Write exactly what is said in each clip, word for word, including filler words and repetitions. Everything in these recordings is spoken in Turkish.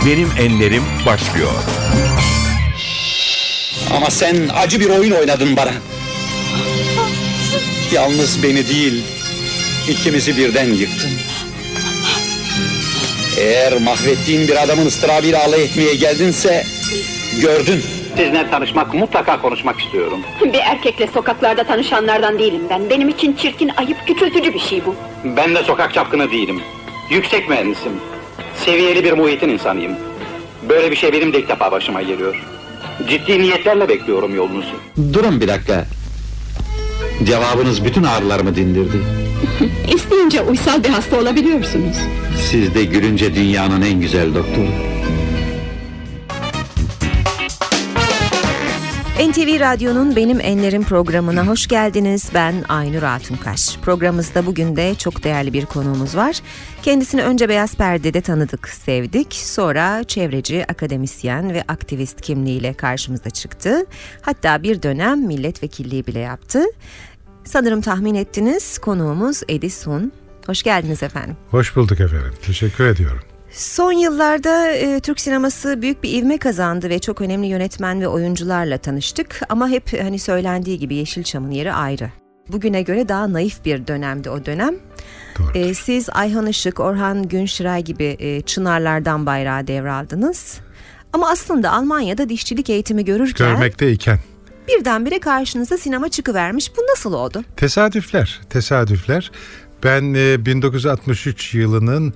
Benim Enlerim başlıyor. Ama sen acı bir oyun oynadın bana. Yalnız beni değil, ikimizi birden yıktın. Eğer mahvettiğin bir adamın ıstırabıyla alay etmeye geldinse, gördün. Sizinle tanışmak, mutlaka konuşmak istiyorum. Bir erkekle sokaklarda tanışanlardan değilim ben. Benim için çirkin, ayıp, küçültücü bir şey bu. Ben de sokak çapkını değilim. Yüksek mühendisim. Seviyeli bir muhitin insanıyım. Böyle bir şey benim de ilk defa başıma geliyor. Ciddi niyetlerle bekliyorum yolunuzu. Durun bir dakika. Cevabınız bütün ağrılarımı dindirdi. İsteyince uysal bir hasta olabiliyorsunuz. Siz de gülünce dünyanın en güzel doktoru. N T V Radyo'nun Benim Enlerim programına hoş geldiniz. Ben Aynur Altunkaş. Programımızda bugün de çok değerli bir konuğumuz var. Kendisini önce Beyaz Perde'de tanıdık, sevdik. Sonra çevreci, akademisyen ve aktivist kimliğiyle karşımıza çıktı. Hatta bir dönem milletvekilliği bile yaptı. Sanırım tahmin ettiniz, konuğumuz Edison. Hoş geldiniz efendim. Hoş bulduk efendim. Teşekkür ediyorum. Son yıllarda e, Türk sineması büyük bir ivme kazandı ve çok önemli yönetmen ve oyuncularla tanıştık. Ama hep hani söylendiği gibi Yeşilçam'ın yeri ayrı. Bugüne göre daha naif bir dönemdi o dönem. E, siz Ayhan Işık, Orhan Günşiray gibi e, çınarlardan bayrağı devraldınız. Ama aslında Almanya'da dişçilik eğitimi görürken... Görmekteyken. Birdenbire karşınıza sinema çıkıvermiş. Bu nasıl oldu? Tesadüfler, tesadüfler. Ben e, bin dokuz yüz altmış üç yılının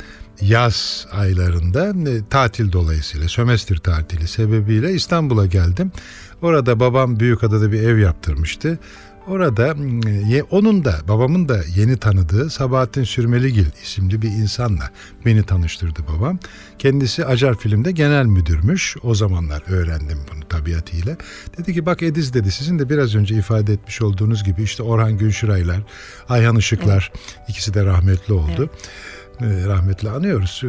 yaz aylarında e, tatil dolayısıyla, sömestr tatili sebebiyle İstanbul'a geldim. Orada babam Büyükada'da bir ev yaptırmıştı. Orada e, onun da babamın da yeni tanıdığı Sabahattin Sürmeligil isimli bir insanla beni tanıştırdı babam. Kendisi Acar Film'de genel müdürmüş. O zamanlar öğrendim bunu tabiatıyla. Dedi ki bak Ediz dedi, sizin de biraz önce ifade etmiş olduğunuz gibi işte Orhan Günşiraylar, Ayhan Işıklar, evet. ikisi de rahmetli oldu. Evet. Rahmetli anıyoruz.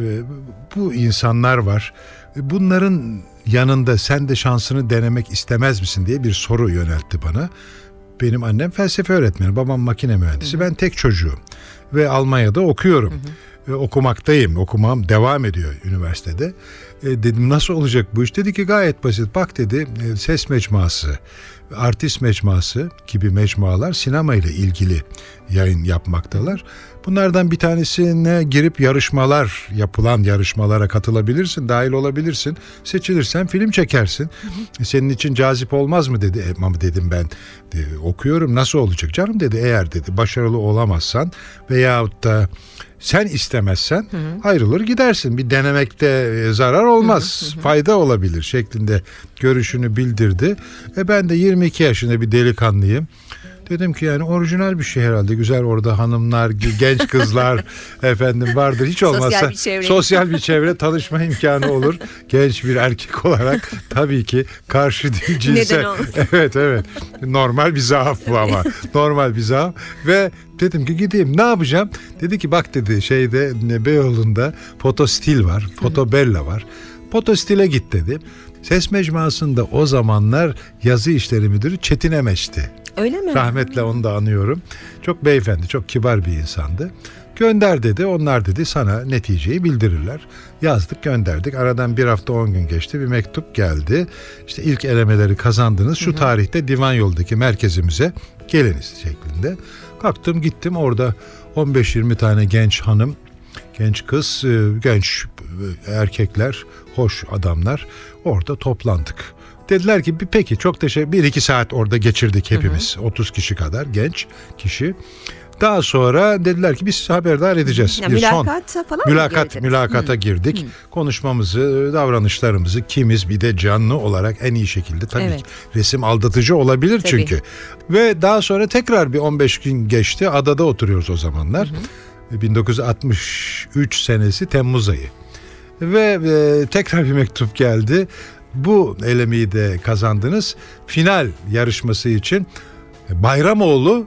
Bu insanlar var. Bunların yanında sen de şansını denemek istemez misin diye bir soru yöneltti bana. Benim annem felsefe öğretmeni, babam makine mühendisi. Hı hı. Ben tek çocuğum ve Almanya'da okuyorum. Hı hı. E, okumaktayım, okumam devam ediyor üniversitede. E, dedim nasıl olacak bu iş? Dedi ki gayet basit. Bak dedi, e, ses mecmuası, artist mecmuası gibi mecmualar sinema ile ilgili yayın yapmaktalar. Bunlardan bir tanesine girip yarışmalar, yapılan yarışmalara katılabilirsin, dahil olabilirsin. Seçilirsen film çekersin. Hı hı. Senin için cazip olmaz mı dedi. E, ama dedim ben de, okuyorum, nasıl olacak canım dedi. Eğer dedi başarılı olamazsan veyahut da sen istemezsen hı hı. ayrılır gidersin. Bir denemekte zarar olmaz, hı hı hı. fayda olabilir şeklinde görüşünü bildirdi. E ben de yirmi iki yaşında bir delikanlıyım. Dedim ki yani orijinal bir şey herhalde. Güzel, orada hanımlar, genç kızlar efendim vardır. Hiç olmazsa sosyal bir çevre, sosyal bir çevre tanışma imkanı olur. Genç bir erkek olarak tabii ki karşı cinsel. Evet evet. Normal bir zaaf bu ama. Normal bir zaaf. Ve dedim ki gideyim, ne yapacağım? Dedi ki bak dedi şeyde Beyoğlu'nda Fotostil var. Fotobella var. Fotostil'e git dedi. Ses mecmuasında o zamanlar yazı işleri müdürü Çetin Emeç'ti. Öyle mi? Rahmetle onu da anıyorum. Çok beyefendi, çok kibar bir insandı. Gönder dedi, onlar dedi sana neticeyi bildirirler. Yazdık, gönderdik. Aradan bir hafta on gün geçti, bir mektup geldi. İşte ilk elemeleri kazandınız. Şu hı hı. tarihte Divan Yol'daki merkezimize geliniz şeklinde. Kalktım gittim, orada on beş yirmi tane genç hanım, genç kız, genç erkekler, hoş adamlar orada toplandık. Dediler ki peki çok teşekkür, bir iki saat orada geçirdik hepimiz, hı hı. otuz kişi kadar genç kişi. Daha sonra dediler ki biz haberdar edeceğiz. Ya bir mülakat son falan mülakat mülakata hmm. girdik. Hmm. Konuşmamızı, davranışlarımızı kimiz bir de canlı olarak en iyi şekilde tabii evet. resim aldatıcı olabilir tabii. çünkü. Ve daha sonra tekrar bir on beş gün geçti. Adada oturuyoruz o zamanlar. Hmm. bin dokuz yüz altmış üç senesi Temmuz ayı. Ve e, tekrar bir mektup geldi. Bu elemeyi de kazandınız. Final yarışması için Bayramoğlu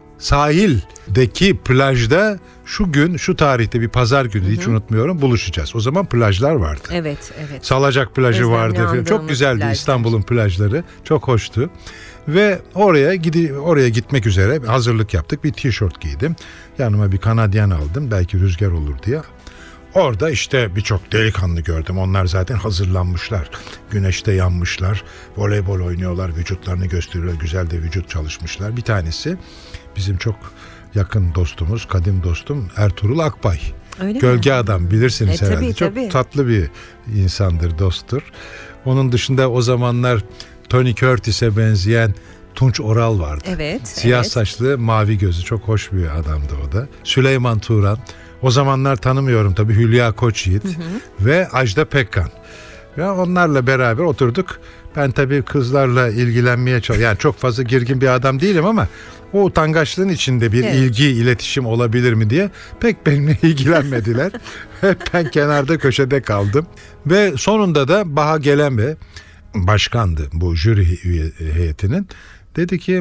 sahildeki plajda şu gün, şu tarihte bir pazar günü, hı hı. hiç unutmuyorum, buluşacağız. O zaman plajlar vardı. Evet, evet. Salacak plajı Özlemli vardı. Çok güzeldi plajlar. İstanbul'un plajları. Çok hoştu. Ve oraya gidi oraya gitmek üzere hazırlık yaptık. Bir tişört giydim. Yanıma bir Kanadyen aldım. Belki rüzgar olur diye. Orada işte birçok delikanlı gördüm. Onlar zaten hazırlanmışlar. Güneşte yanmışlar. Voleybol oynuyorlar. Vücutlarını gösteriyorlar. Güzel de vücut çalışmışlar. Bir tanesi bizim çok yakın dostumuz, kadim dostum Ertuğrul Akbay. Öyle Gölge mi? Adam bilirsiniz e, herhalde. Tabii, çok tabii. Tatlı bir insandır, dosttur. Onun dışında o zamanlar Tony Curtis'e benzeyen Tunç Oral vardı. Evet. Siyah evet. saçlı, mavi gözlü, çok hoş bir adamdı o da. Süleyman Turan. O zamanlar tanımıyorum tabii, Hülya Koçyiğit hı hı. ve Ajda Pekkan. Ya onlarla beraber oturduk. Ben tabii kızlarla ilgilenmeye çalışıyorum. Yani çok fazla girgin bir adam değilim ama o utangaçlığın içinde bir evet. ilgi, iletişim olabilir mi diye pek benimle ilgilenmediler. Hep ben kenarda, köşede kaldım. Ve sonunda da Baha Gelenbe başkandı bu jüri heyetinin. Dedi ki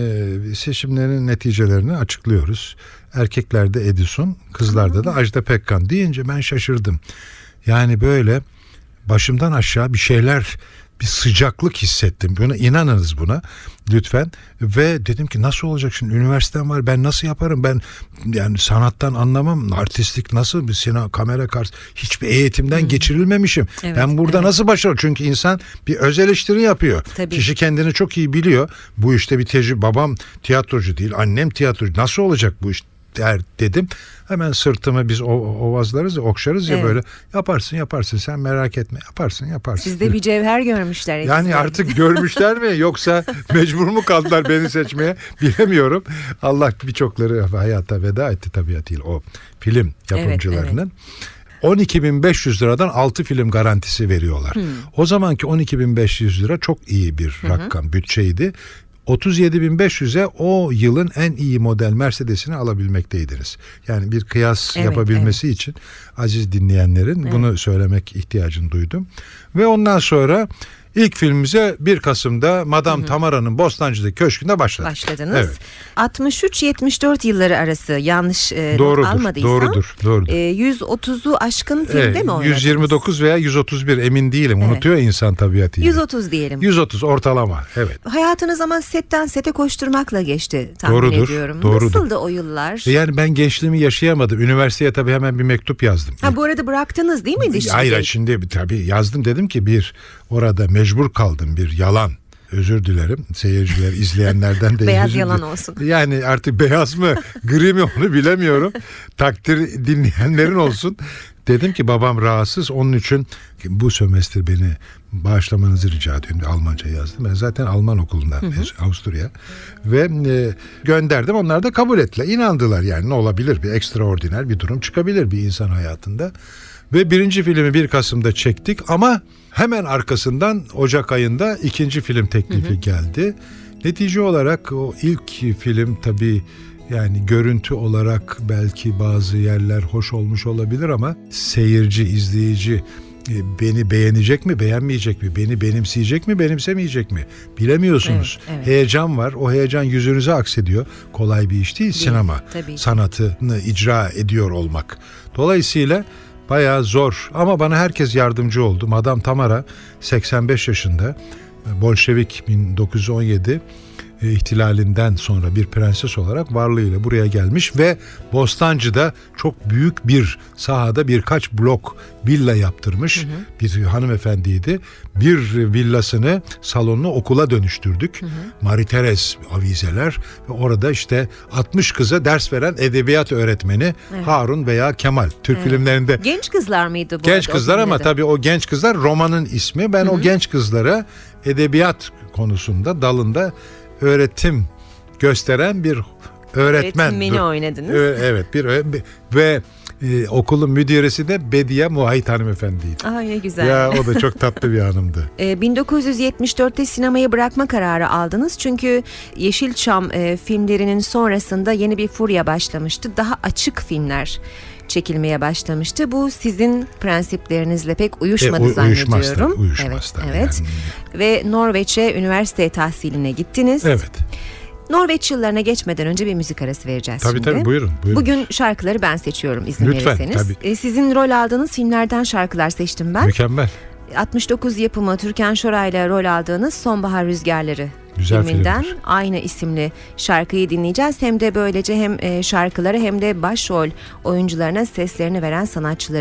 seçimlerin neticelerini açıklıyoruz. Erkeklerde Edison, kızlarda da Ajda Pekkan deyince ben şaşırdım. Yani böyle başımdan aşağı bir şeyler, bir sıcaklık hissettim. Buna inanınız buna lütfen. Ve dedim ki nasıl olacak şimdi, üniversitem var, ben nasıl yaparım, ben yani sanattan anlamam, artistlik nasıl, bir sinema kamera karşı hiçbir eğitimden hmm. geçirilmemişim. Evet, ben burada evet. nasıl başarırım? Çünkü insan bir öz eleştiri yapıyor. Tabii. Kişi kendini çok iyi biliyor. Bu işte bir tecrübe, babam tiyatrocu değil, annem tiyatrocu, nasıl olacak bu iş der dedim. Hemen sırtımı biz ovazlarız ya, okşarız ya evet. böyle. Yaparsın yaparsın, sen merak etme, yaparsın yaparsın. Sizde bir cevher görmüşler. Yani de. Artık görmüşler mi yoksa mecbur mu kaldılar beni seçmeye bilemiyorum. Allah birçokları hayata veda etti tabiatıyla o film yapımcılarının. Evet, evet. on iki bin beş yüz liradan altı film garantisi veriyorlar. Hmm. O zamanki on iki bin beş yüz lira çok iyi bir hmm. rakam, bütçeydi. otuz yedi bin beş yüze o yılın en iyi model Mercedes'ini alabilmekteydiniz. Yani bir kıyas evet, yapabilmesi evet. için aziz dinleyenlerin evet. bunu söylemek ihtiyacını duydum. Ve ondan sonra İlk filmimize bir Kasım'da Madame hı hı. Tamara'nın Bostancı'daki köşkünde başladık. Başladınız. Evet. altmış üç yetmiş dört yılları arası yanlış e, doğrudur, almadıysam. Doğrudur, doğrudur. E, yüz otuzu aşkın filmde evet, mi oynadınız? yüz yirmi dokuz veya yüz otuz bir emin değilim. Evet. Unutuyor insan tabiatıyla. yüz otuz diyelim. yüz otuz ortalama, evet. Hayatınız ama setten sete koşturmakla geçti tahmin doğrudur, ediyorum. Doğrudur. Nasıldı o yıllar? Yani ben gençliğimi yaşayamadım. Üniversiteye tabii hemen bir mektup yazdım. Ha, bu arada bıraktınız değil mi dişçiliği? Hayır şimdi tabii yazdım, dedim ki bir orada mecbur kaldım, bir yalan. Özür dilerim seyirciler, izleyenlerden de. Beyaz yalan olsun. Yani artık beyaz mı gri mi onu bilemiyorum. Takdir dinleyenlerin olsun. Dedim ki babam rahatsız, onun için bu sömestr beni bağışlamanızı rica ediyorum. Almanca yazdım. Ben zaten Alman okulundan, hı hı. Avusturya. Ve e, gönderdim. Onlar da kabul ettiler. İnandılar yani, ne olabilir? Bir ekstraordiner bir durum çıkabilir bir insan hayatında. Ve birinci filmi bir Kasım'da çektik ama hemen arkasından Ocak ayında ikinci film teklifi hı hı. geldi. Netice olarak o ilk film tabii yani görüntü olarak belki bazı yerler hoş olmuş olabilir ama seyirci, izleyici beni beğenecek mi, beğenmeyecek mi, beni benimseyecek mi, benimsemeyecek mi bilemiyorsunuz. Evet, evet. Heyecan var, o heyecan yüzünüze aksediyor. Kolay bir iş değil, değil sinema tabii. sanatını icra ediyor olmak. Dolayısıyla bayağı zor ama bana herkes yardımcı oldu. Madame Tamara seksen beş yaşında, Bolşevik bin dokuz yüz on yedi ihtilalinden sonra bir prenses olarak varlığıyla buraya gelmiş ve Bostancı'da çok büyük bir sahada birkaç blok villa yaptırmış hı hı. bir hanımefendiydi. Bir villasını, salonunu okula dönüştürdük. Hı hı. Marie Therese avizeler ve orada işte altmış kıza ders veren edebiyat öğretmeni evet. Harun veya Kemal. Türk evet. filmlerinde. Genç kızlar mıydı bu? Genç kızlar ama tabii o genç kızlar romanın ismi. Ben hı hı. o genç kızlara edebiyat konusunda, dalında öğretim gösteren bir öğretmen. Öğretmeni oynadınız. Evet, bir ve e, okulun müdüresi de Bediye Muayit hanımefendiydi. Aa, ne güzel. Ya o da çok tatlı bir hanımdı. e, bin dokuz yüz yetmiş dörtte sinemayı bırakma kararı aldınız. Çünkü Yeşilçam e, filmlerinin sonrasında yeni bir furya başlamıştı. Daha açık filmler çekilmeye başlamıştı. Bu sizin prensiplerinizle pek uyuşmadı e, uy- zannediyorum. Uyuşmaz tabii. Evet, evet. Yani. Ve Norveç'e üniversite tahsiline gittiniz. Evet. Norveç yıllarına geçmeden önce bir müzik arası vereceğiz tabii, şimdi. Tabii tabii buyurun, buyurun. Bugün şarkıları ben seçiyorum izin lütfen, verirseniz. Tabii. E, sizin rol aldığınız filmlerden şarkılar seçtim ben. Mükemmel. altmış dokuz yapımı Türkan Şoray'la rol aldığınız Sonbahar Rüzgarları güzel filminden filmdir. Aynı isimli şarkıyı dinleyeceğiz. Hem de böylece hem şarkıları hem de başrol oyuncularına seslerini veren sanatçıları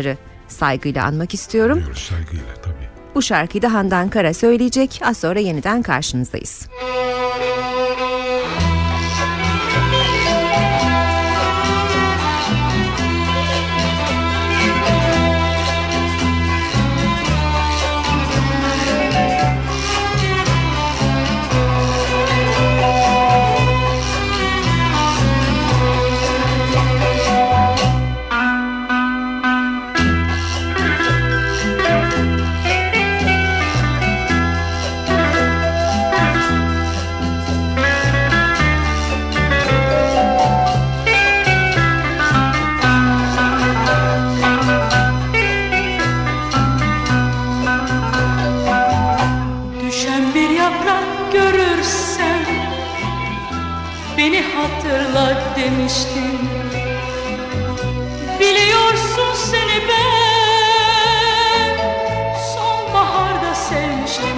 saygıyla anmak istiyorum. Biliyoruz, saygıyla tabii. Bu şarkıyı da Handan Kara söyleyecek. Az sonra yeniden karşınızdayız. Demiştim, biliyorsun seni ben sonbaharda sevmiştim.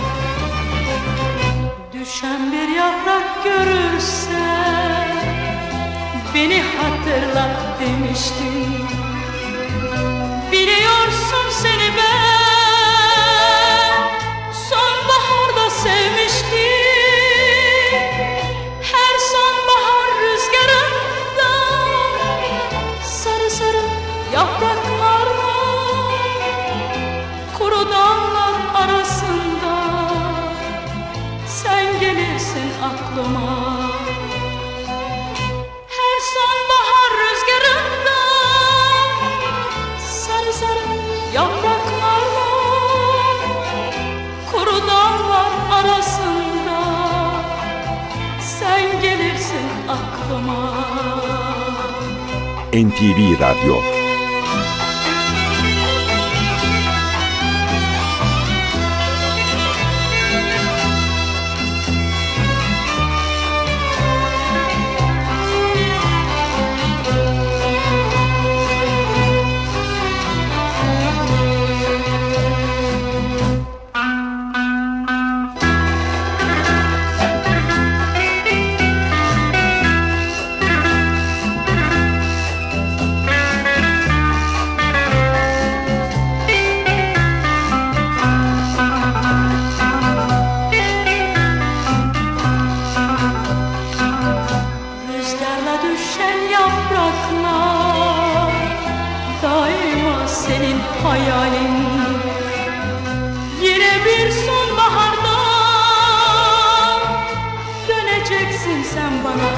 Düşen bir yaprak görürsen beni hatırla demiştim. Biliyorsun seni ben sonbaharda sevmiştim. Yapraklarla kuru dallar arasında sen gelirsin aklıma. Her sonbahar rüzgarında sarı sarı yapraklarla kuru dallar arasında sen gelirsin aklıma. N T V Radyo. Hayalin yine bir sonbaharda döneceksin sen bana.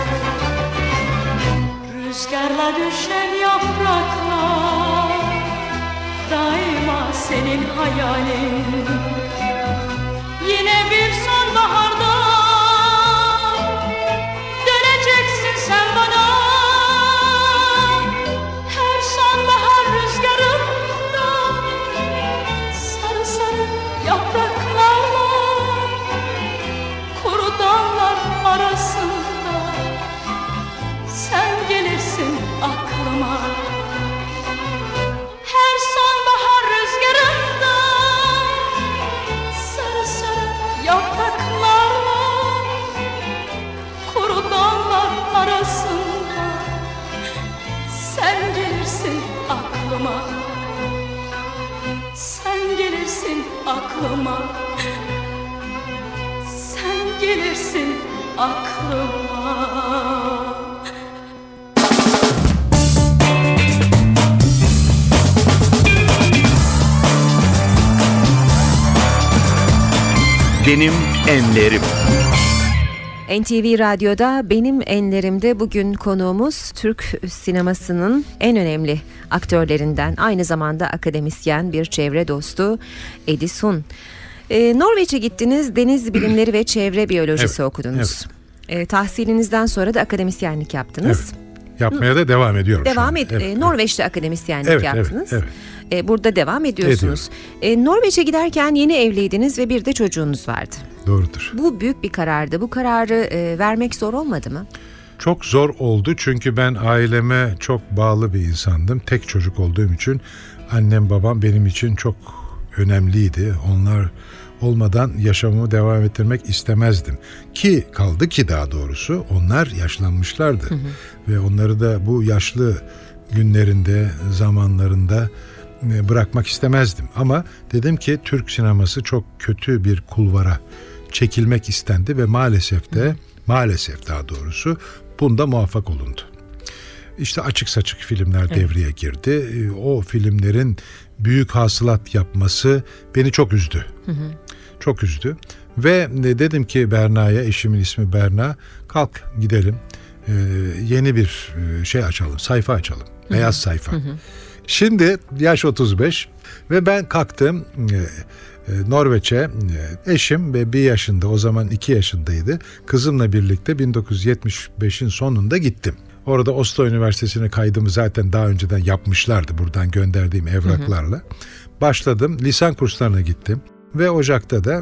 Rüzgarla düşen yapraklar daima senin hayalin. Yine bir sonbaharda döneceksin sen bana. Her sonbahar rüzgarında sarı sarı yapraklarla kuru dallar arasında sen gelirsin aklıma. Her sonbahar rüzgarında sarı sarı yapraklarla kuru dallar arasında sen gelirsin aklıma. Sen gelirsin aklıma. Sen gelirsin aklıma. Benim Enlerim. N T V Radyo'da Benim Enlerim'de bugün konuğumuz Türk sinemasının en önemli aktörlerinden, aynı zamanda akademisyen, bir çevre dostu Edison. Ee, Norveç'e gittiniz, deniz bilimleri ve çevre biyolojisi Evet, okudunuz. Ee, tahsilinizden sonra da akademisyenlik yaptınız. Evet. Yapmaya da devam ediyorum. Devam et. Evet, e, evet. Norveç'te akademisyenlik Evet, yaptınız. evet, E, burada devam ediyorsunuz. E, Norveç'e giderken yeni evliydiniz ve bir de çocuğunuz vardı. Doğrudur. Bu büyük bir karardı. Bu kararı e, vermek zor olmadı mı? Çok zor oldu çünkü ben aileme çok bağlı bir insandım. Tek çocuk olduğum için annem babam benim için çok önemliydi. Onlar olmadan yaşamımı devam ettirmek istemezdim. Ki kaldı ki daha doğrusu onlar yaşlanmışlardı. Hı hı. Ve onları da bu yaşlı günlerinde, zamanlarında bırakmak istemezdim. Ama dedim ki Türk sineması çok kötü bir kulvara çekilmek istendi ve maalesef de, maalesef daha doğrusu bunda muvaffak olundu. İşte açık saçık filmler evet. devreye girdi. O filmlerin büyük hasılat yapması beni çok üzdü. Hı hı. Çok üzdü. Ve dedim ki Berna'ya, eşimin ismi Berna, kalk gidelim. Ee, yeni bir şey açalım, sayfa açalım. Hı hı. Beyaz sayfa. Hı hı. Şimdi yaş otuz beş ve ben kalktım Norveç'e, eşim ve bir yaşında, o zaman iki yaşındaydı. Kızımla birlikte bin dokuz yüz yetmiş beşin sonunda gittim. Orada Oslo Üniversitesi'ne kaydımı zaten daha önceden yapmışlardı buradan gönderdiğim evraklarla. Hı hı. Başladım, lisan kurslarına gittim ve Ocak'ta da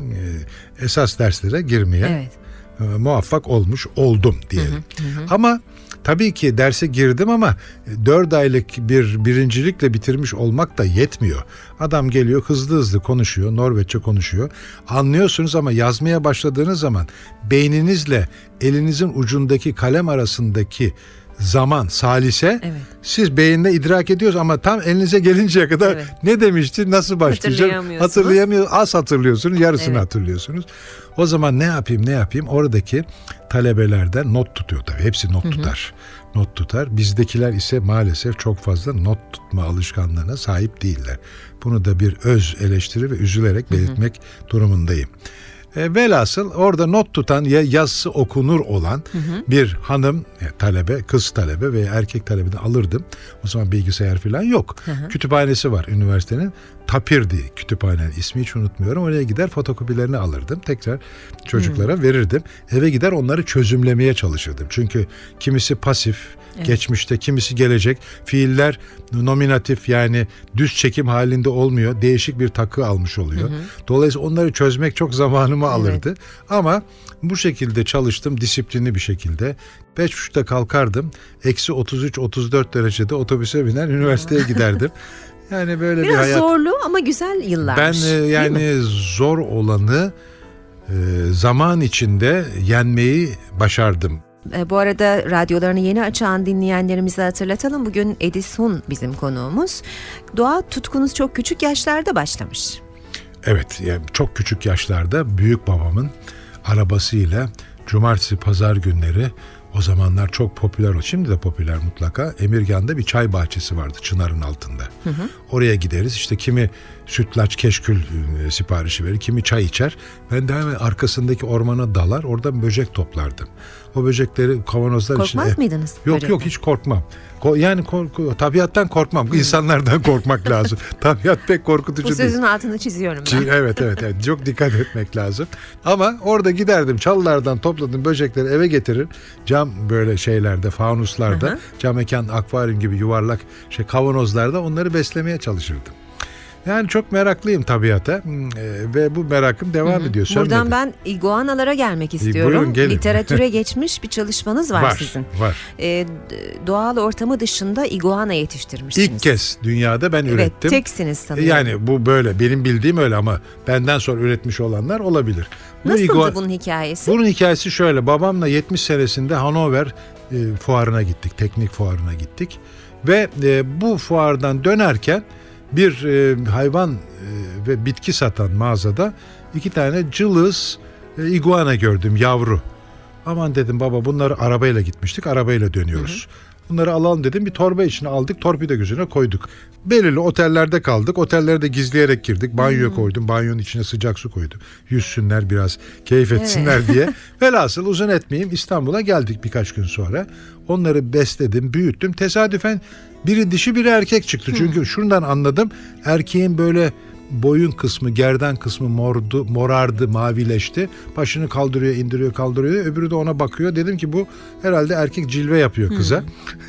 esas derslere girmeye evet. muvaffak olmuş oldum diyelim. Hı hı hı. Ama tabii ki derse girdim ama dört aylık bir birincilikle bitirmiş olmak da yetmiyor. Adam geliyor hızlı hızlı konuşuyor, Norveççe konuşuyor. Anlıyorsunuz ama yazmaya başladığınız zaman beyninizle elinizin ucundaki kalem arasındaki zaman salise evet. siz beyinde idrak ediyorsunuz ama tam elinize gelinceye kadar evet. ne demişti, nasıl başlayacak hatırlayamıyor, az hatırlıyorsunuz, yarısını evet. hatırlıyorsunuz. O zaman ne yapayım ne yapayım oradaki talebelerden not tutuyor tabii, hepsi not hı hı. tutar. Not tutar. Bizdekiler ise maalesef çok fazla not tutma alışkanlığına sahip değiller. Bunu da bir öz eleştiri ve üzülerek belirtmek hı hı. durumundayım. E, velhasıl orada not tutan ya yazısı okunur olan hı hı. bir hanım talebe, kız talebe veya erkek talebeden alırdım. O zaman bilgisayar falan yok. Hı hı. Kütüphanesi var üniversitenin. Tapirdi kütüphanenin ismi, hiç unutmuyorum. Oraya gider fotokopilerini alırdım. Tekrar çocuklara hı. verirdim. Eve gider onları çözümlemeye çalışırdım. Çünkü kimisi pasif, evet. geçmişte, kimisi gelecek. Fiiller nominatif, yani düz çekim halinde olmuyor. Değişik bir takı almış oluyor. Hı hı. Dolayısıyla onları çözmek çok zamanımı alırdı. Evet. Ama bu şekilde çalıştım, disiplinli bir şekilde. Beş buçukta kalkardım. Eksi otuz üç otuz dört derecede otobüse biner üniversiteye giderdim. Yani böyle biraz bir hayat. Biraz zorlu ama güzel yıllarmış. Ben yani zor olanı e, zaman içinde yenmeyi başardım. E, bu arada radyolarını yeni açan dinleyenlerimize hatırlatalım. Bugün Edison bizim konuğumuz. Doğa tutkunuz çok küçük yaşlarda başlamış. Evet, yani çok küçük yaşlarda büyük babamın arabasıyla cumartesi pazar günleri, o zamanlar çok popüler o. Şimdi de popüler mutlaka. Emirgan'da bir çay bahçesi vardı çınarın altında. Hı hı. Oraya gideriz. İşte kimi sütlaç, keşkül e, siparişi verir, kimi çay içer. Ben de hemen arkasındaki ormana dalar, oradan böcek toplardım. O böcekleri kavanozlar içine... Korkmaz mıydınız? Yok böcekten? Yok, hiç korkmam. Ko- yani korku, tabiattan korkmam. Hı. İnsanlardan korkmak lazım. Tabiat pek korkutucu değil. Bu sözün değil. Altını çiziyorum ben. Evet, evet evet. Çok dikkat etmek lazım. Ama orada giderdim, çalılardan topladım böcekleri eve getirir. Cam böyle şeylerde, fanuslarda, hı hı. cam mekan, akvaryum gibi yuvarlak şey kavanozlarda onları beslemeye çalışırdım. Yani çok meraklıyım tabiata ee, ve bu merakım devam hı hı. ediyor. Buradan sönmedi. Ben iguanalara gelmek istiyorum. Buyurun, gelin. Literatüre geçmiş bir çalışmanız var, var sizin. Var. Ee, doğal ortamı dışında iguana yetiştirmişsiniz. İlk kez dünyada ben evet, ürettim. Evet, teksiniz sanırım. Yani bu böyle, benim bildiğim öyle ama benden sonra üretmiş olanlar olabilir. Bu Nasıldı igua- bunun hikayesi? Bunun hikayesi şöyle: babamla yetmiş senesinde Hanover e, fuarına gittik, teknik fuarına gittik ve e, bu fuardan dönerken bir e, hayvan e, ve bitki satan mağazada iki tane cılız e, iguana gördüm, yavru. Aman dedim baba, bunları arabayla gitmiştik, arabayla dönüyoruz. Hı hı. Bunları alalım dedim, bir torba içine aldık, torpido gözüne koyduk. Belirli otellerde kaldık, otellerde gizleyerek girdik, banyoya koydum, banyonun içine sıcak su koydum. Yüzsünler biraz, keyif etsinler evet. diye. Velhasıl uzun etmeyeyim, İstanbul'a geldik birkaç gün sonra. Onları besledim, büyüttüm. Tesadüfen biri dişi biri erkek çıktı. Hı. Çünkü şundan anladım, erkeğin böyle boyun kısmı, gerdan kısmı mordu, morardı, mavileşti. Başını kaldırıyor, indiriyor, kaldırıyor. Öbürü de ona bakıyor. Dedim ki bu herhalde erkek cilve yapıyor kıza.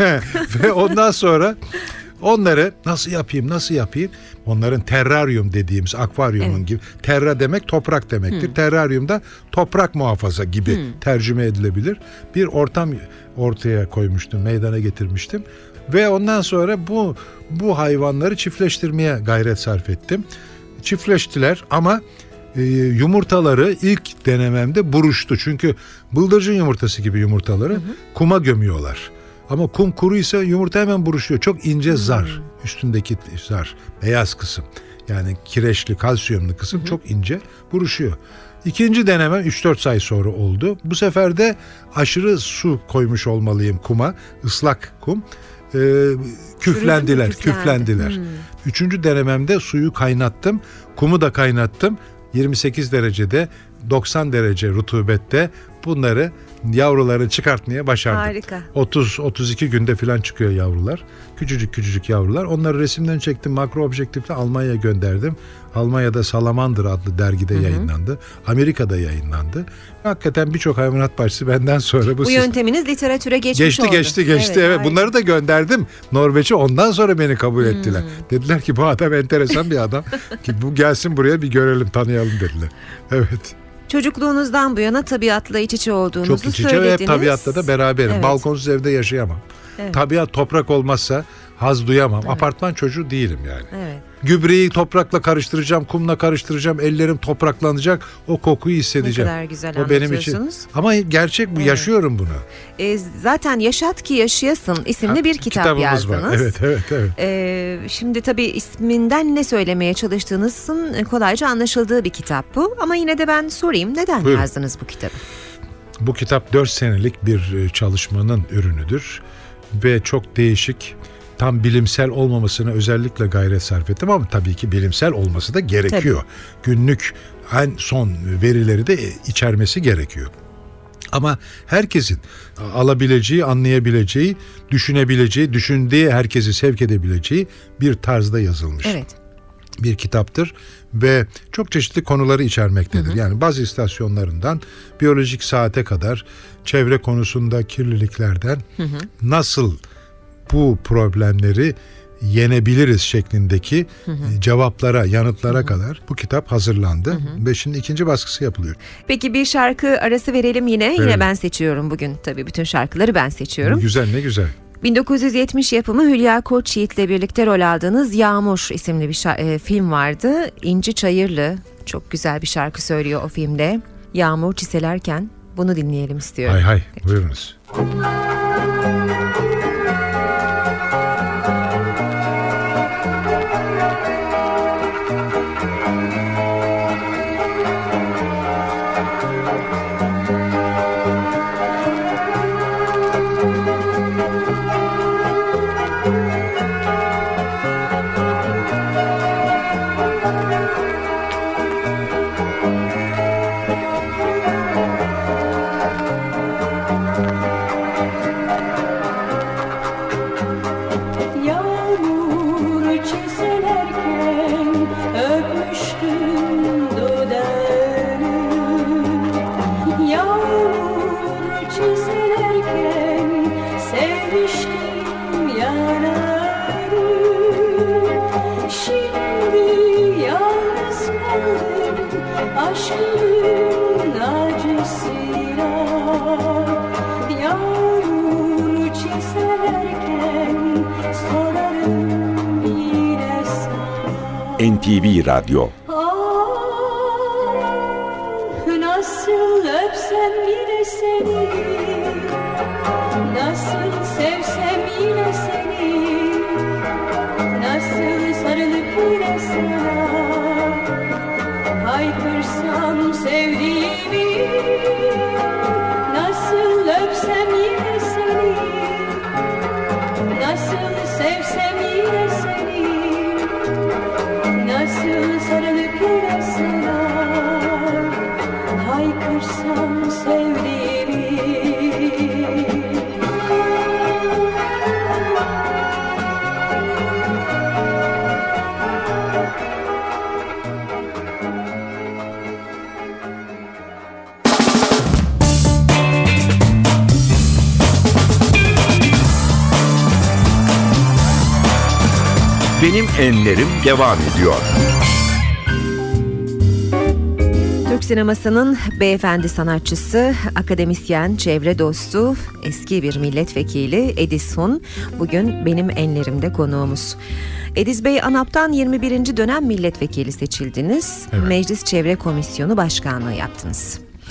Ve ondan sonra onları nasıl yapayım, nasıl yapayım? Onların terraryum dediğimiz, akvaryumun evet. gibi. Terra demek toprak demektir. Hmm. Terraryumda toprak muhafaza gibi hmm. tercüme edilebilir. Bir ortam ortaya koymuştum, meydana getirmiştim. Ve ondan sonra bu bu hayvanları çiftleştirmeye gayret sarf ettim. Çiftleştiler ama e, yumurtaları ilk denememde buruştu. Çünkü bıldırcın yumurtası gibi yumurtaları hı hı. kuma gömüyorlar. Ama kum kuruysa yumurta hemen buruşuyor. Çok ince hmm. zar, üstündeki zar, beyaz kısım. Yani kireçli, kalsiyumlu kısım hmm. çok ince buruşuyor. İkinci denemem üç dört ay sonra oldu. Bu sefer de aşırı su koymuş olmalıyım kuma, ıslak kum. Ee, küflendiler, küflendiler. Hmm. Üçüncü denememde suyu kaynattım, kumu da kaynattım. yirmi sekiz derecede, doksan derece rutubette bunları, yavruları çıkartmaya başardım. Harika. otuz otuz iki günde falan çıkıyor yavrular. Küçücük küçücük yavrular. Onları resimden çektim, makro objektifle Almanya'ya gönderdim. Almanya'da Salamander adlı dergide Hı-hı. yayınlandı. Amerika'da yayınlandı. Hakikaten birçok hayvanat bahçesi benden sonra bu... Bu siz... yönteminiz literatüre geçmiş geçti, oldu. Geçti geçti geçti. Evet, evet. Bunları da gönderdim Norveç'e, ondan sonra beni kabul hmm. ettiler. Dediler ki bu adam enteresan bir adam. Ki bu gelsin buraya bir görelim, tanıyalım dediler. Evet. Çocukluğunuzdan bu yana tabiatla iç içe olduğunuzu söylediniz. Çok iç içe ve hep tabiatla da beraberim. Evet. Balkonsuz evde yaşayamam. Evet. Tabiat, toprak olmazsa haz duyamam. Evet. Apartman çocuğu değilim yani. Evet. Gübreyi toprakla karıştıracağım, kumla karıştıracağım, ellerim topraklanacak, o kokuyu hissedeceğim. Ne kadar güzel o benim için. Ama gerçek bu, evet. Yaşıyorum bunu. E, zaten Yaşat Ki Yaşayasın isimli ha, bir kitap kitabımız yazdınız. Var. Evet, evet, evet. E, şimdi tabii isminden ne söylemeye çalıştığınızın kolayca anlaşıldığı bir kitap bu. Ama yine de ben sorayım, neden Buyurun. yazdınız bu kitabı? Bu kitap dört senelik bir çalışmanın ürünüdür ve çok değişik, tam bilimsel olmamasına özellikle gayret sarf ettim ama tabii ki bilimsel olması da gerekiyor. Tabii. Günlük en son verileri de içermesi gerekiyor. Ama herkesin alabileceği, anlayabileceği, düşünebileceği, düşündüğü herkesi sevk edebileceği bir tarzda yazılmış. Evet. Bir kitaptır ve çok çeşitli konuları içermektedir. Hı hı. Yani baz istasyonlarından biyolojik saate kadar, çevre konusunda kirliliklerden hı hı. nasıl bu problemleri yenebiliriz şeklindeki hı hı. cevaplara, yanıtlara hı hı. kadar bu kitap hazırlandı. Hı hı. Ve şimdi ikinci baskısı yapılıyor. Peki bir şarkı arası verelim yine. Verelim. Yine ben seçiyorum bugün. Tabii bütün şarkıları ben seçiyorum. Ne güzel, ne güzel. bin dokuz yüz yetmiş yapımı Hülya Koçyiğit'le birlikte rol aldığınız Yağmur isimli bir şa- e, film vardı. İnci Çayırlı çok güzel bir şarkı söylüyor o filmde. Yağmur çiselerken bunu dinleyelim istiyorum. Hay hay, Peki. Buyurunuz. N T V Radyo. Nasıl öpsem yine seni, nasıl sevsem yine seni, nasıl sarılıp yine sana haykırsam sevdiğimi, nasıl öpsem yine seni, nasıl sevsem yine seni, nasıl sarılıp yine sana haykırsam sevdiğimi. Benim Enlerim devam ediyor. Türk sinemasının beyefendi sanatçısı, akademisyen, çevre dostu, eski bir milletvekili Ediz Hun bugün benim enlerimde konuğumuz. Ediz Bey, ANAP'tan yirmi birinci dönem milletvekili seçildiniz. Evet. Meclis Çevre Komisyonu Başkanlığı yaptınız.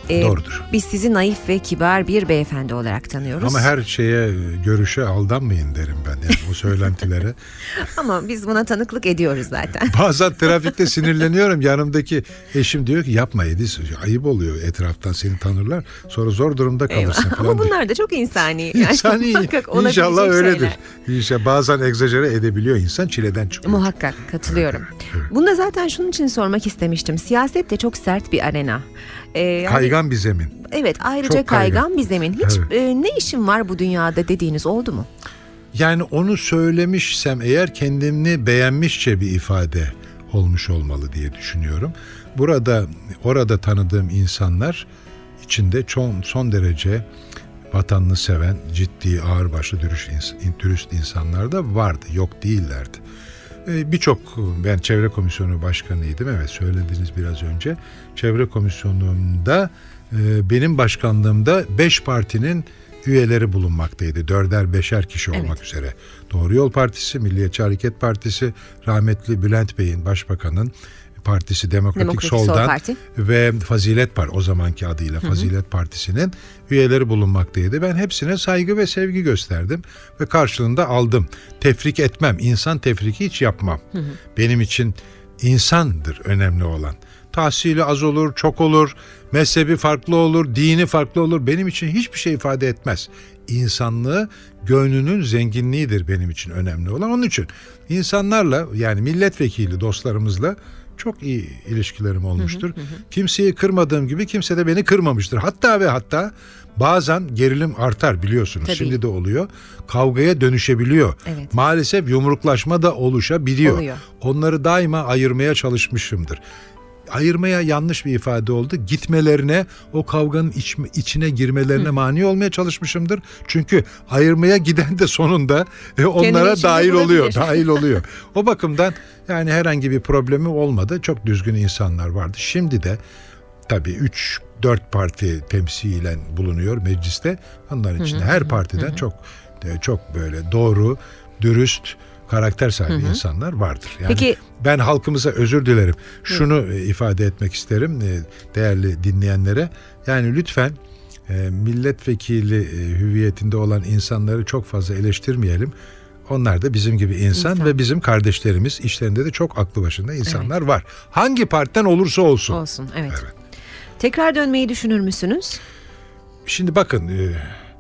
Ee, Doğrudur. Biz sizi naif ve kibar bir beyefendi olarak tanıyoruz. Ama her şeye, görüşe aldanmayın derim ben yani o söylentilere. Ama biz buna tanıklık ediyoruz zaten. Bazen trafikte sinirleniyorum. Yanımdaki eşim diyor ki yapma Edis, ayıp oluyor, etraftan seni tanırlar. Sonra zor durumda kalırsın Eyvah. falan. Ama bunlar da çok insani. Yani İnsani. muhakkak olabilecek İnşallah öyledir. şeyler. İnşallah bazen egzajere edebiliyor insan, çileden çıkıyor. Muhakkak katılıyorum. Evet, evet. Bunu da zaten şunun için sormak istemiştim. Siyaset de çok sert bir arena. Ee, yani- Kaygan bir zemin. Evet, ayrıca Çok kaygan, kaygan. bir zemin. Hiç Evet. e, ne işim var bu dünyada dediğiniz oldu mu? Yani onu söylemişsem eğer kendimni beğenmişçe bir ifade olmuş olmalı diye düşünüyorum. Burada, orada tanıdığım insanlar içinde son, son derece vatanını seven, ciddi, ağırbaşlı, dürüst, dürüst insanlar da vardı. Yok değillerdi. Ee, Birçok, ben çevre komisyonu başkanıydım. Evet, söylediniz biraz önce. Çevre komisyonunda e, benim başkanlığımda beş partinin üyeleri bulunmaktaydı. Dörder beşer kişi Evet. olmak üzere. Doğru Yol Partisi, Milliyetçi Hareket Partisi, rahmetli Bülent Bey'in, başbakanın partisi Demokratik, Demokratik Sol Sol'dan Parti. ve Fazilet Parti, o zamanki adıyla Fazilet Partisi'nin üyeleri bulunmaktaydı. Ben hepsine saygı ve sevgi gösterdim ve karşılığında aldım. Tefrik etmem, insan tefriki hiç yapmam. Benim için insandır önemli olan. Tahsili az olur, çok olur, mezhebi farklı olur, dini farklı olur. Benim için hiçbir şey ifade etmez. İnsanlığı, gönlünün zenginliğidir benim için önemli olan. Onun için insanlarla, yani milletvekili dostlarımızla çok iyi ilişkilerim olmuştur. Kimseyi kırmadığım gibi kimse de beni kırmamıştır. Hatta ve hatta bazen gerilim artar, biliyorsunuz. Tabii. Şimdi de oluyor. Kavgaya dönüşebiliyor. Evet. Maalesef yumruklaşma da oluşabiliyor. Oluyor. Onları daima ayırmaya çalışmışımdır. Ayırmaya yanlış bir ifade oldu. Gitmelerine, o kavganın iç, içine girmelerine mani olmaya çalışmışımdır. Çünkü ayırmaya giden de sonunda e, onlara içinde dahil oluyor, bulabilir. dahil oluyor. O bakımdan yani herhangi bir problemi olmadı. Çok düzgün insanlar vardı. Şimdi de tabii üç dört parti temsilen bulunuyor mecliste. Onların içinde her partiden çok çok böyle doğru, dürüst, karakter sahibi insanlar vardır. Yani Peki- ben halkımıza özür dilerim. Şunu e, ifade etmek isterim e, değerli dinleyenlere. Yani lütfen e, milletvekili e, hüviyetinde olan insanları çok fazla eleştirmeyelim. Onlar da bizim gibi insan, İnsan. ve bizim kardeşlerimiz. İşlerinde de çok aklı başında insanlar var. Hangi partiden olursa olsun. Olsun, evet. Evet. Tekrar dönmeyi düşünür müsünüz? Şimdi bakın, e,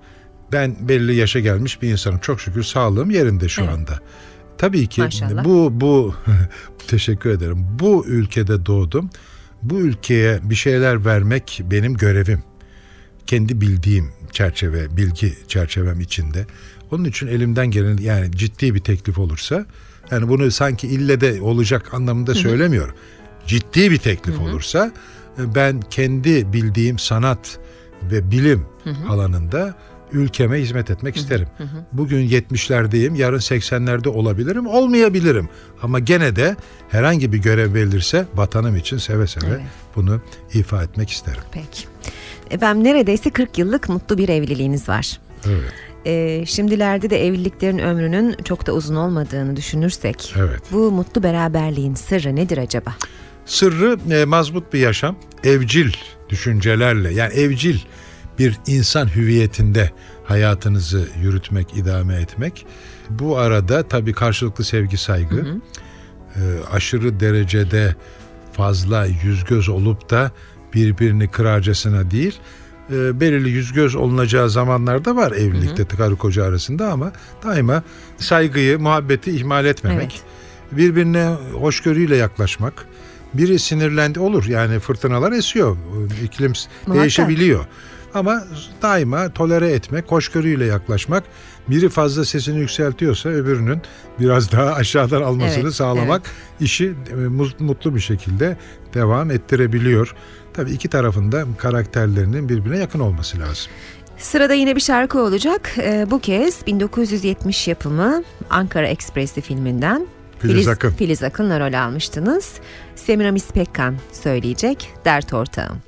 ben belli yaşa gelmiş bir insanım. Çok şükür sağlığım yerinde şu Evet. anda. Tabii ki Maşallah. bu bu teşekkür ederim. Bu ülkede doğdum. Bu ülkeye bir şeyler vermek benim görevim. Kendi bildiğim çerçeve, bilgi çerçevem içinde. Onun için elimden gelen, yani ciddi bir teklif olursa, yani bunu sanki ille de olacak anlamında söylemiyorum. Ciddi bir teklif olursa ben kendi bildiğim sanat ve bilim alanında ülkeme hizmet etmek isterim. Bugün yetmişlerdeyim, yarın seksenlerde olabilirim, olmayabilirim. Ama gene de herhangi bir görev verilirse vatanım için seve seve Evet. bunu ifa etmek isterim. Peki. Efendim, neredeyse kırk yıllık mutlu bir evliliğiniz var. Evet, Ee, şimdilerde de evliliklerin ömrünün çok da uzun olmadığını düşünürsek, evet. bu mutlu beraberliğin sırrı nedir acaba? Sırrı e, mazbut bir yaşam, evcil düşüncelerle, yani evcil bir insan hüviyetinde hayatınızı yürütmek, idame etmek. Bu arada tabii karşılıklı sevgi, saygı, e, aşırı derecede fazla yüz göz olup da birbirini kırarcasına değil, e, belirli yüz göz olunacağı zamanlarda var evlilikte, karı koca arasında, ama daima saygıyı, muhabbeti ihmal etmemek, birbirine hoşgörüyle yaklaşmak. Biri sinirlendi, olur yani, fırtınalar esiyor, iklim Muhakkak. değişebiliyor. Ama daima tolere etmek, hoşgörüyle yaklaşmak, biri fazla sesini yükseltiyorsa öbürünün biraz daha aşağıdan almasını Evet, sağlamak işi e, mutlu bir şekilde devam ettirebiliyor. Tabii iki tarafında karakterlerinin birbirine yakın olması lazım. Sırada yine bir şarkı olacak. Ee, bu kez bin dokuz yüz yetmiş yapımı Ankara Ekspresi filminden Filiz Akın. Filiz Akın'la rol almıştınız. Semiramis Pekkan söyleyecek, Dert Ortağım.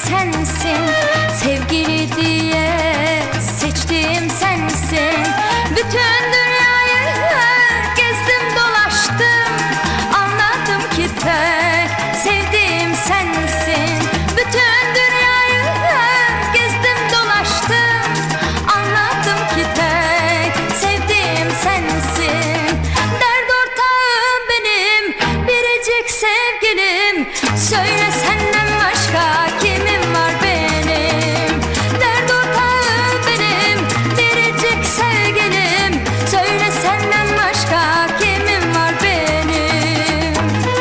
sensin, sevgili diye seçtiğim sensin. Bütün dünyayı gezdim dolaştım, anladım ki tek sevdiğim sensin. Bütün dünyayı gezdim dolaştım, anladım ki tek sevdiğim sensin. Dert ortağım benim, biricik sevgilim, söyle senden başka kimim var benim? Dert ortağım benim, biricik sevgilim, söyle senden başka kimim var benim?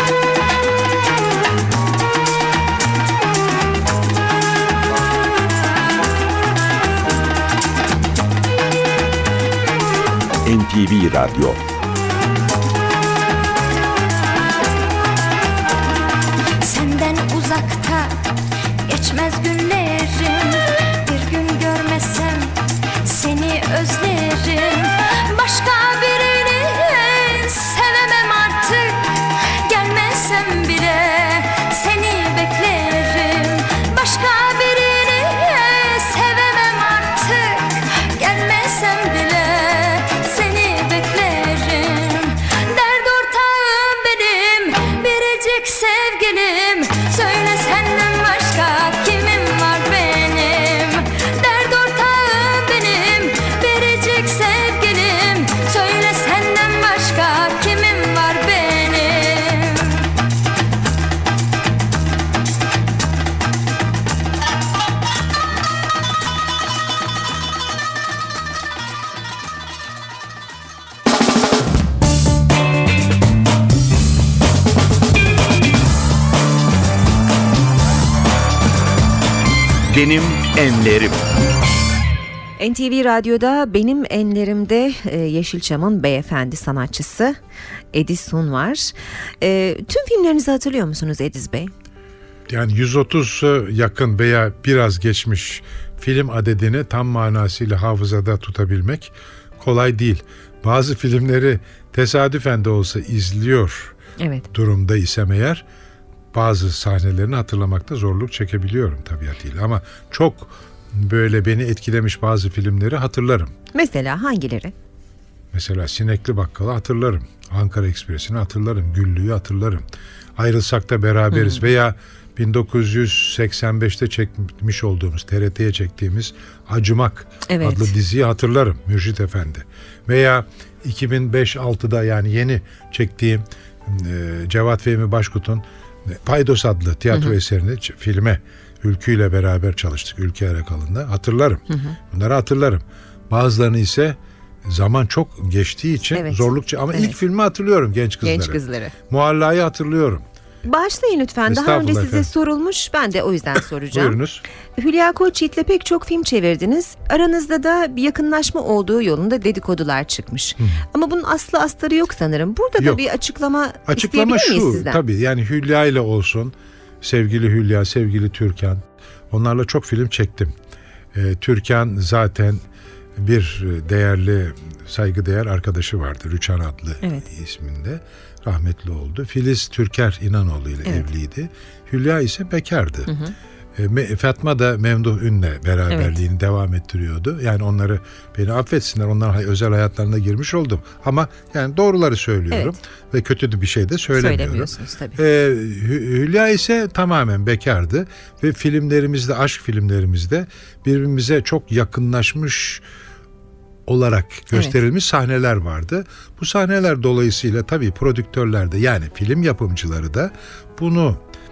N T V Radyo. Senden uzakta geçmez günlerim, bir gün görmesem seni özlerim. Başka birini sevemem artık, gelmesem bile seni beklerim. Başka birini sevemem artık, gelmesem bile seni beklerim. Dert ortağım benim, biricik sevgilim, söyle senden başka kimim var benim? Dert ortağım benim, biricik sevgilim, söyle senden başka kimim var benim? Benim enlerim. N T V Radyo'da benim enlerimde e, Yeşilçam'ın beyefendi sanatçısı Ediz Sun var. E, tüm filmlerinizi hatırlıyor musunuz Ediz Bey? Yani yüz otuza yakın veya biraz geçmiş film adedini tam manasıyla hafızada tutabilmek kolay değil. Bazı filmleri tesadüfen de olsa izliyor Evet. durumda isem eğer, bazı sahnelerini hatırlamakta zorluk çekebiliyorum tabiatıyla. Ama çok böyle beni etkilemiş bazı filmleri hatırlarım. Mesela hangileri? Mesela Sinekli Bakkal'ı hatırlarım. Ankara Ekspresi'ni hatırlarım. Güllü'yü hatırlarım. Ayrılsak da beraberiz. Hmm. Veya bin dokuz yüz seksen beşte çekmiş olduğumuz, T R T'ye çektiğimiz Acımak Evet. adlı diziyi hatırlarım. Mürşit Efendi. Veya iki bin beş altıda yani yeni çektiğim e, Cevat Fehmi Başkut'un Paydos adlı tiyatro hı hı. eserini ç- filme Ülkü ile beraber çalıştık. Ülke Erakal'ında. Hatırlarım. Hı hı. Bunları hatırlarım. Bazılarını ise zaman çok geçtiği için Evet. zorlukça ama Evet. ilk filmi hatırlıyorum, Genç Kızları. Genç Kızları. Mualla'yı hatırlıyorum. Bağışlayın lütfen. Daha önce size efendim. sorulmuş. Ben de o yüzden soracağım. Buyurunuz. Hülya Koçyiğit'le pek çok film çevirdiniz. Aranızda da bir yakınlaşma olduğu yolunda dedikodular çıkmış. Hı. Ama bunun aslı astarı yok sanırım. Burada Yok. da bir açıklama, Açıklama isteyebilir miyiz şu, sizden? tabii yani Hülya ile olsun, sevgili Hülya, sevgili Türkan, onlarla çok film çektim. Ee, Türkan zaten bir değerli, saygıdeğer arkadaşı vardı. Rüçhan adlı Evet. isminde. Rahmetli oldu. Filiz Türker İnanoğlu ile Evet. evliydi. Hülya ise bekardı. Hı hı. E, Fatma da Memduh Ün'le beraberliğini evet. devam ettiriyordu. Yani onları beni affetsinler. Onların özel hayatlarına girmiş oldum. Ama yani doğruları söylüyorum. Evet. Ve kötü bir şey de söylemiyorum. Söylemiyorsunuz tabii. E, Hülya ise tamamen bekardı. Ve filmlerimizde, aşk filmlerimizde birbirimize çok yakınlaşmış olarak gösterilmiş evet. sahneler vardı. Bu sahneler dolayısıyla tabii prodüktörler de, yani film yapımcıları da bunu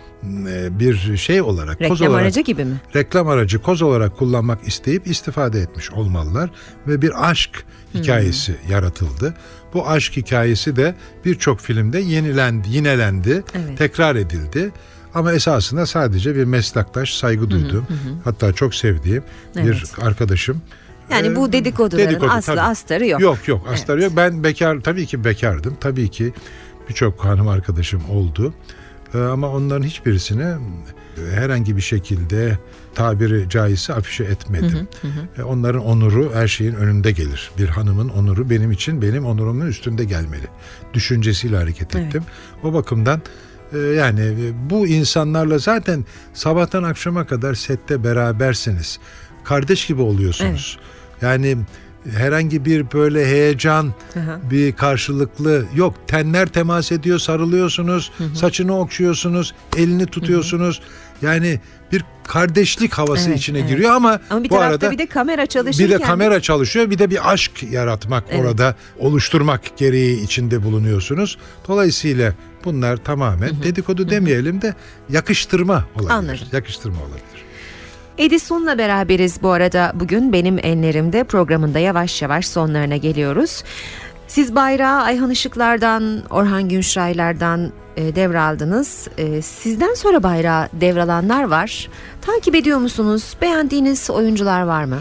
bir şey olarak, reklam koz olarak, aracı gibi mi? Reklam aracı, koz olarak kullanmak isteyip istifade etmiş olmalılar ve bir aşk hmm. hikayesi yaratıldı. Bu aşk hikayesi de birçok filmde yenilendi, yinelendi, evet. tekrar edildi. Ama esasında sadece bir meslektaş, saygı duyduğum, hı hı hı. hatta çok sevdiğim evet. bir arkadaşım. Yani bu dedikoduların dedikodu, aslı tabii. astarı yok. Yok yok astarı evet. yok. Ben bekar, tabii ki bekardım. Tabii ki birçok hanım arkadaşım oldu. Ama onların hiçbirisini herhangi bir şekilde tabiri caizse afişe etmedim. Hı hı hı. Onların onuru her şeyin önünde gelir. Bir hanımın onuru benim için benim onurumun üstünde gelmeli düşüncesiyle hareket ettim. Evet. O bakımdan Ee, yani bu insanlarla zaten sabahtan akşama kadar sette berabersiniz. Kardeş gibi oluyorsunuz. Evet. Yani herhangi bir böyle heyecan, hı-hı, bir karşılıklı yok. Tenler temas ediyor, sarılıyorsunuz, hı-hı, saçını okşuyorsunuz, elini tutuyorsunuz. Hı-hı. Yani bir kardeşlik havası evet, içine evet. giriyor ama, ama bir bu tarafta arada bir de kamera çalışırken. Bir de kamera çalışıyor, bir de bir aşk yaratmak, evet, orada oluşturmak gereği içinde bulunuyorsunuz. Dolayısıyla bunlar tamamen, hı-hı, dedikodu, hı-hı, demeyelim de yakıştırma olabilir. Anladım. Yakıştırma olabilir. Edison'la beraberiz bu arada bugün Benim Enlerim'de programında yavaş yavaş sonlarına geliyoruz. Siz bayrağı Ayhan Işıklar'dan, Orhan Günşiraylar'dan e, devraldınız. E, sizden sonra bayrağı devralanlar var. Takip ediyor musunuz? Beğendiğiniz oyuncular var mı?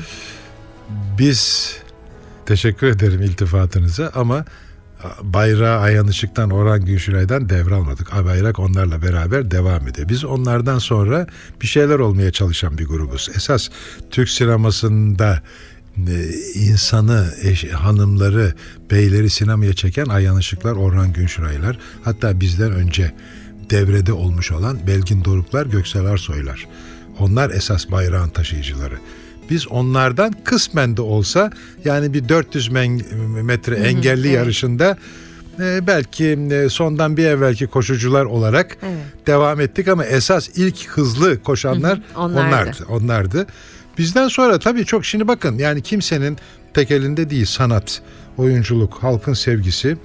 Biz teşekkür ederim iltifatınıza ama bayrağı Ayhan Işık'tan, Orhan Günşiray'dan devralmadık. Bayrak onlarla beraber devam ediyor. Biz onlardan sonra bir şeyler olmaya çalışan bir grubuz. Esas Türk sinemasında e, insanı, eş, hanımları, beyleri sinemaya çeken Ayhan Işıklar, Orhan Günşiraylar. Hatta bizden önce devrede olmuş olan Belgin Doruklar, Göksel Arsoylar. Onlar esas bayrağın taşıyıcıları. Biz onlardan kısmen de olsa, yani bir dört yüz metre engelli, hı hı, yarışında e, belki e, sondan bir evvelki koşucular olarak, evet, devam ettik ama esas ilk hızlı koşanlar, hı hı, onlardı. onlardı. Onlardı. Bizden sonra tabii çok, şimdi bakın yani kimsenin tek elinde değil sanat, oyunculuk, halkın sevgisi.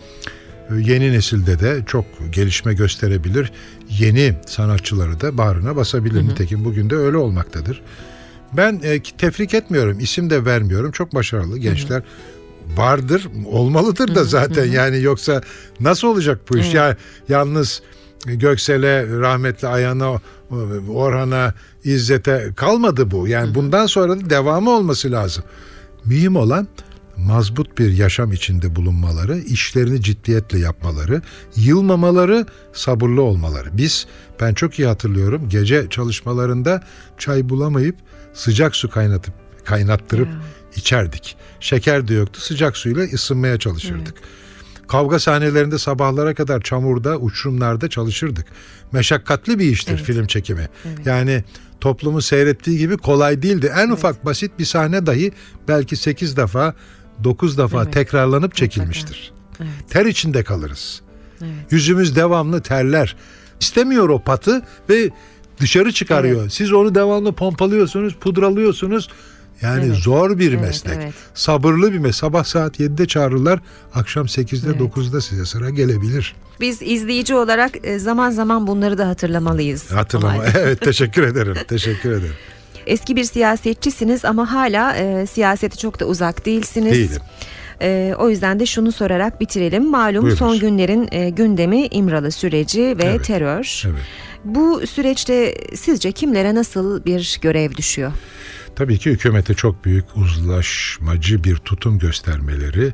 Yeni nesilde de çok gelişme gösterebilir. Yeni sanatçıları da bağrına basabilir. Hı hı. Nitekim bugün de öyle olmaktadır. Ben e, tefrik etmiyorum, isim de vermiyorum. Çok başarılı gençler, hı hı, vardır, olmalıdır da zaten. Hı hı. Yani yoksa nasıl olacak bu iş? Evet. Ya yalnız Göksel'e, rahmetli Ayhan'a, Orhan'a, İzzet'e kalmadı bu. Yani, hı hı, bundan sonra da devamı olması lazım. Mühim olan mazbut bir yaşam içinde bulunmaları, işlerini ciddiyetle yapmaları, yılmamaları, sabırlı olmaları. Biz, ben çok iyi hatırlıyorum, gece çalışmalarında çay bulamayıp sıcak su kaynatıp kaynattırıp ya. içerdik. Şeker de yoktu, sıcak suyla ısınmaya çalışırdık. Evet. Kavga sahnelerinde sabahlara kadar çamurda, uçurumlarda çalışırdık. Meşakkatli bir iştir, evet, film çekimi. Evet. Yani toplumu seyrettiği gibi kolay değildi. En, evet, ufak basit bir sahne dahi belki sekiz defa, dokuz defa, evet, tekrarlanıp çekilmiştir. Evet. Ter içinde kalırız. Evet. Yüzümüz devamlı terler. İstemiyor o patı ve dışarı çıkarıyor. Evet. Siz onu devamlı pompalıyorsunuz, pudralıyorsunuz. Yani, evet, zor bir, evet, meslek. Evet. Sabırlı bir meslek. Sabah saat yedide çağırırlar, akşam sekizde, evet, dokuzda size sıra gelebilir. Biz izleyici olarak zaman zaman bunları da hatırlamalıyız. Hatırlama. Evet, teşekkür ederim. Teşekkür ederim. Eski bir siyasetçisiniz ama hala e, siyasete çok da uzak değilsiniz. Değilim. E, o yüzden de şunu sorarak bitirelim. Malum, buyurunuz, son günlerin e, gündemi İmralı süreci ve, evet, terör. Evet. Bu süreçte sizce kimlere nasıl bir görev düşüyor? Tabii ki hükümete çok büyük uzlaşmacı bir tutum göstermeleri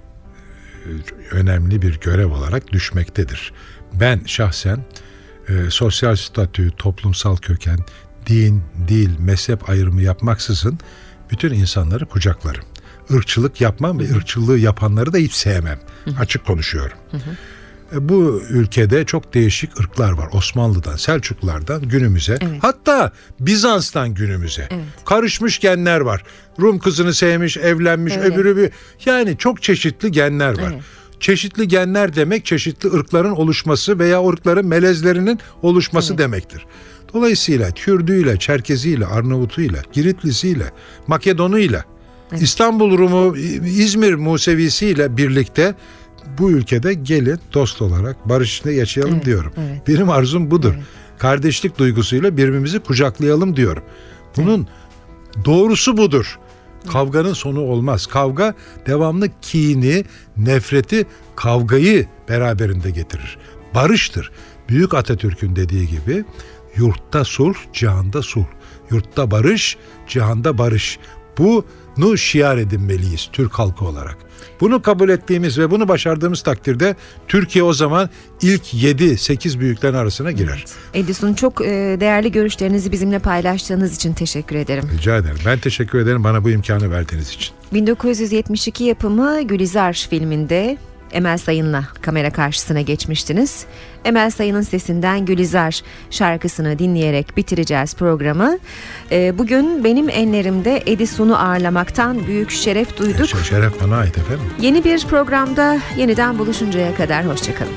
önemli bir görev olarak düşmektedir. Ben şahsen e, sosyal statü, toplumsal köken, din, dil, mezhep ayrımı yapmaksızın bütün insanları kucaklarım. Irkçılık yapmam, hı hı, ve ırkçılığı yapanları da hiç sevmem. Hı hı. Açık konuşuyorum. Hı hı. Bu ülkede çok değişik ırklar var. Osmanlı'dan, Selçuklulardan günümüze, evet, hatta Bizans'tan günümüze. Evet. Karışmış genler var. Rum kızını sevmiş, evlenmiş, öyle, öbürü bir... Yani çok çeşitli genler var. Evet. Çeşitli genler demek, çeşitli ırkların oluşması veya ırkların melezlerinin oluşması, evet, demektir. Dolayısıyla Kürdüyle, Çerkeziyle, Arnavutuyla, Giritlisiyle, Makedonuyla, evet, İstanbul Rumu, İzmir Musevisiyle birlikte bu ülkede gelin dost olarak barış içinde yaşayalım, evet, diyorum. Evet. Benim arzum budur. Evet. Kardeşlik duygusuyla birbirimizi kucaklayalım diyorum. Bunun, evet, doğrusu budur. Kavganın sonu olmaz. Kavga devamlı kini, nefreti, kavgayı beraberinde getirir. Barıştır. Büyük Atatürk'ün dediği gibi yurtta sulh, cihanda sulh. Yurtta barış, cihanda barış. Bunu şiar edinmeliyiz Türk halkı olarak. Bunu kabul ettiğimiz ve bunu başardığımız takdirde Türkiye o zaman ilk yedi sekiz büyüklerin arasına girer. Evet. Edison, çok değerli görüşlerinizi bizimle paylaştığınız için teşekkür ederim. Rica ederim. Ben teşekkür ederim bana bu imkanı verdiğiniz için. bin dokuz yüz yetmiş iki yapımı Gülizar filminde Emel Sayın'la kamera karşısına geçmiştiniz. Emel Sayın'ın sesinden Gülizar şarkısını dinleyerek bitireceğiz programı. Ee, bugün benim enlerimde Edison'u ağırlamaktan büyük şeref duyduk. Şu şeref bana ait efendim. Yeni bir programda yeniden buluşuncaya kadar hoşçakalın.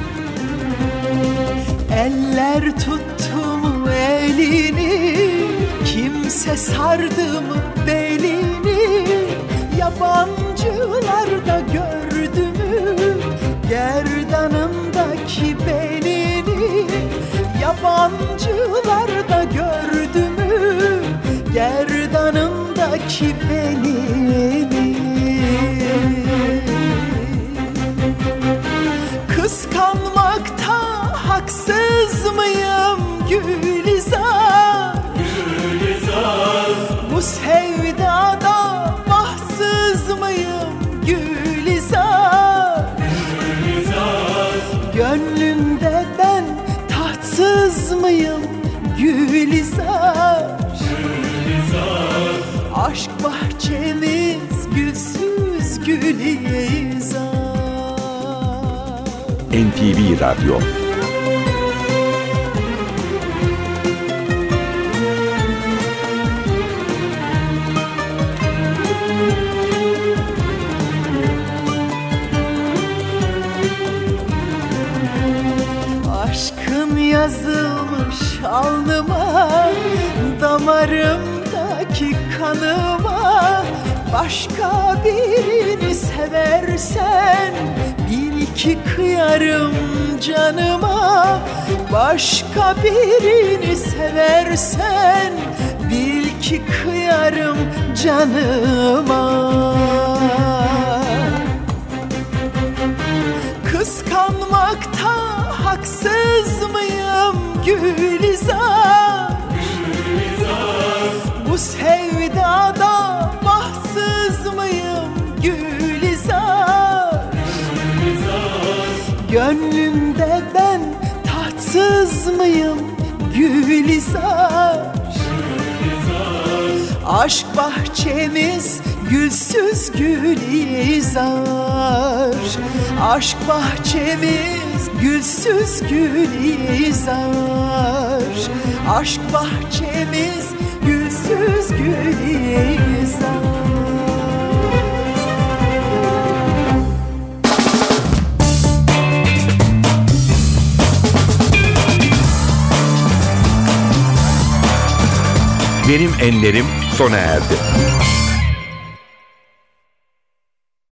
Eller tuttu mu elini, kimse sardı mı belini, yabancılar da gördü mü gerdanımdaki belini, yabancılar da gördü mü gerdanımdaki belini. Kıskanmakta haksız mıyım Gülizar? Gülizar. Bu sevdada bahtsız mıyım Gülizar? Gülizar. Gönlümde ben tahtsız mıyım Gülizar? Gülizar. Aşk bahçemiz gülsüz Gülizar. N T V Radyo. Aşkın yazılmış alnıma, damarımdaki kanıma. Başka birini seversen bil ki kıyarım canıma. Başka birini seversen bil ki kıyarım canıma. Kıskanmakta haksız mıyım Gülizar? Gülizar. Bu sevdada bahtsız mıyım Gülizar? Gülizar. Gönlümde ben tatsız mıyım Gülizar? Gülizar. Aşk bahçemiz gülsüz Gülizar. Aşk bahçemiz gülsüz Gülizar. Aşk bahçemiz gülsüz Gülizar. Benim enlerim sona erdi.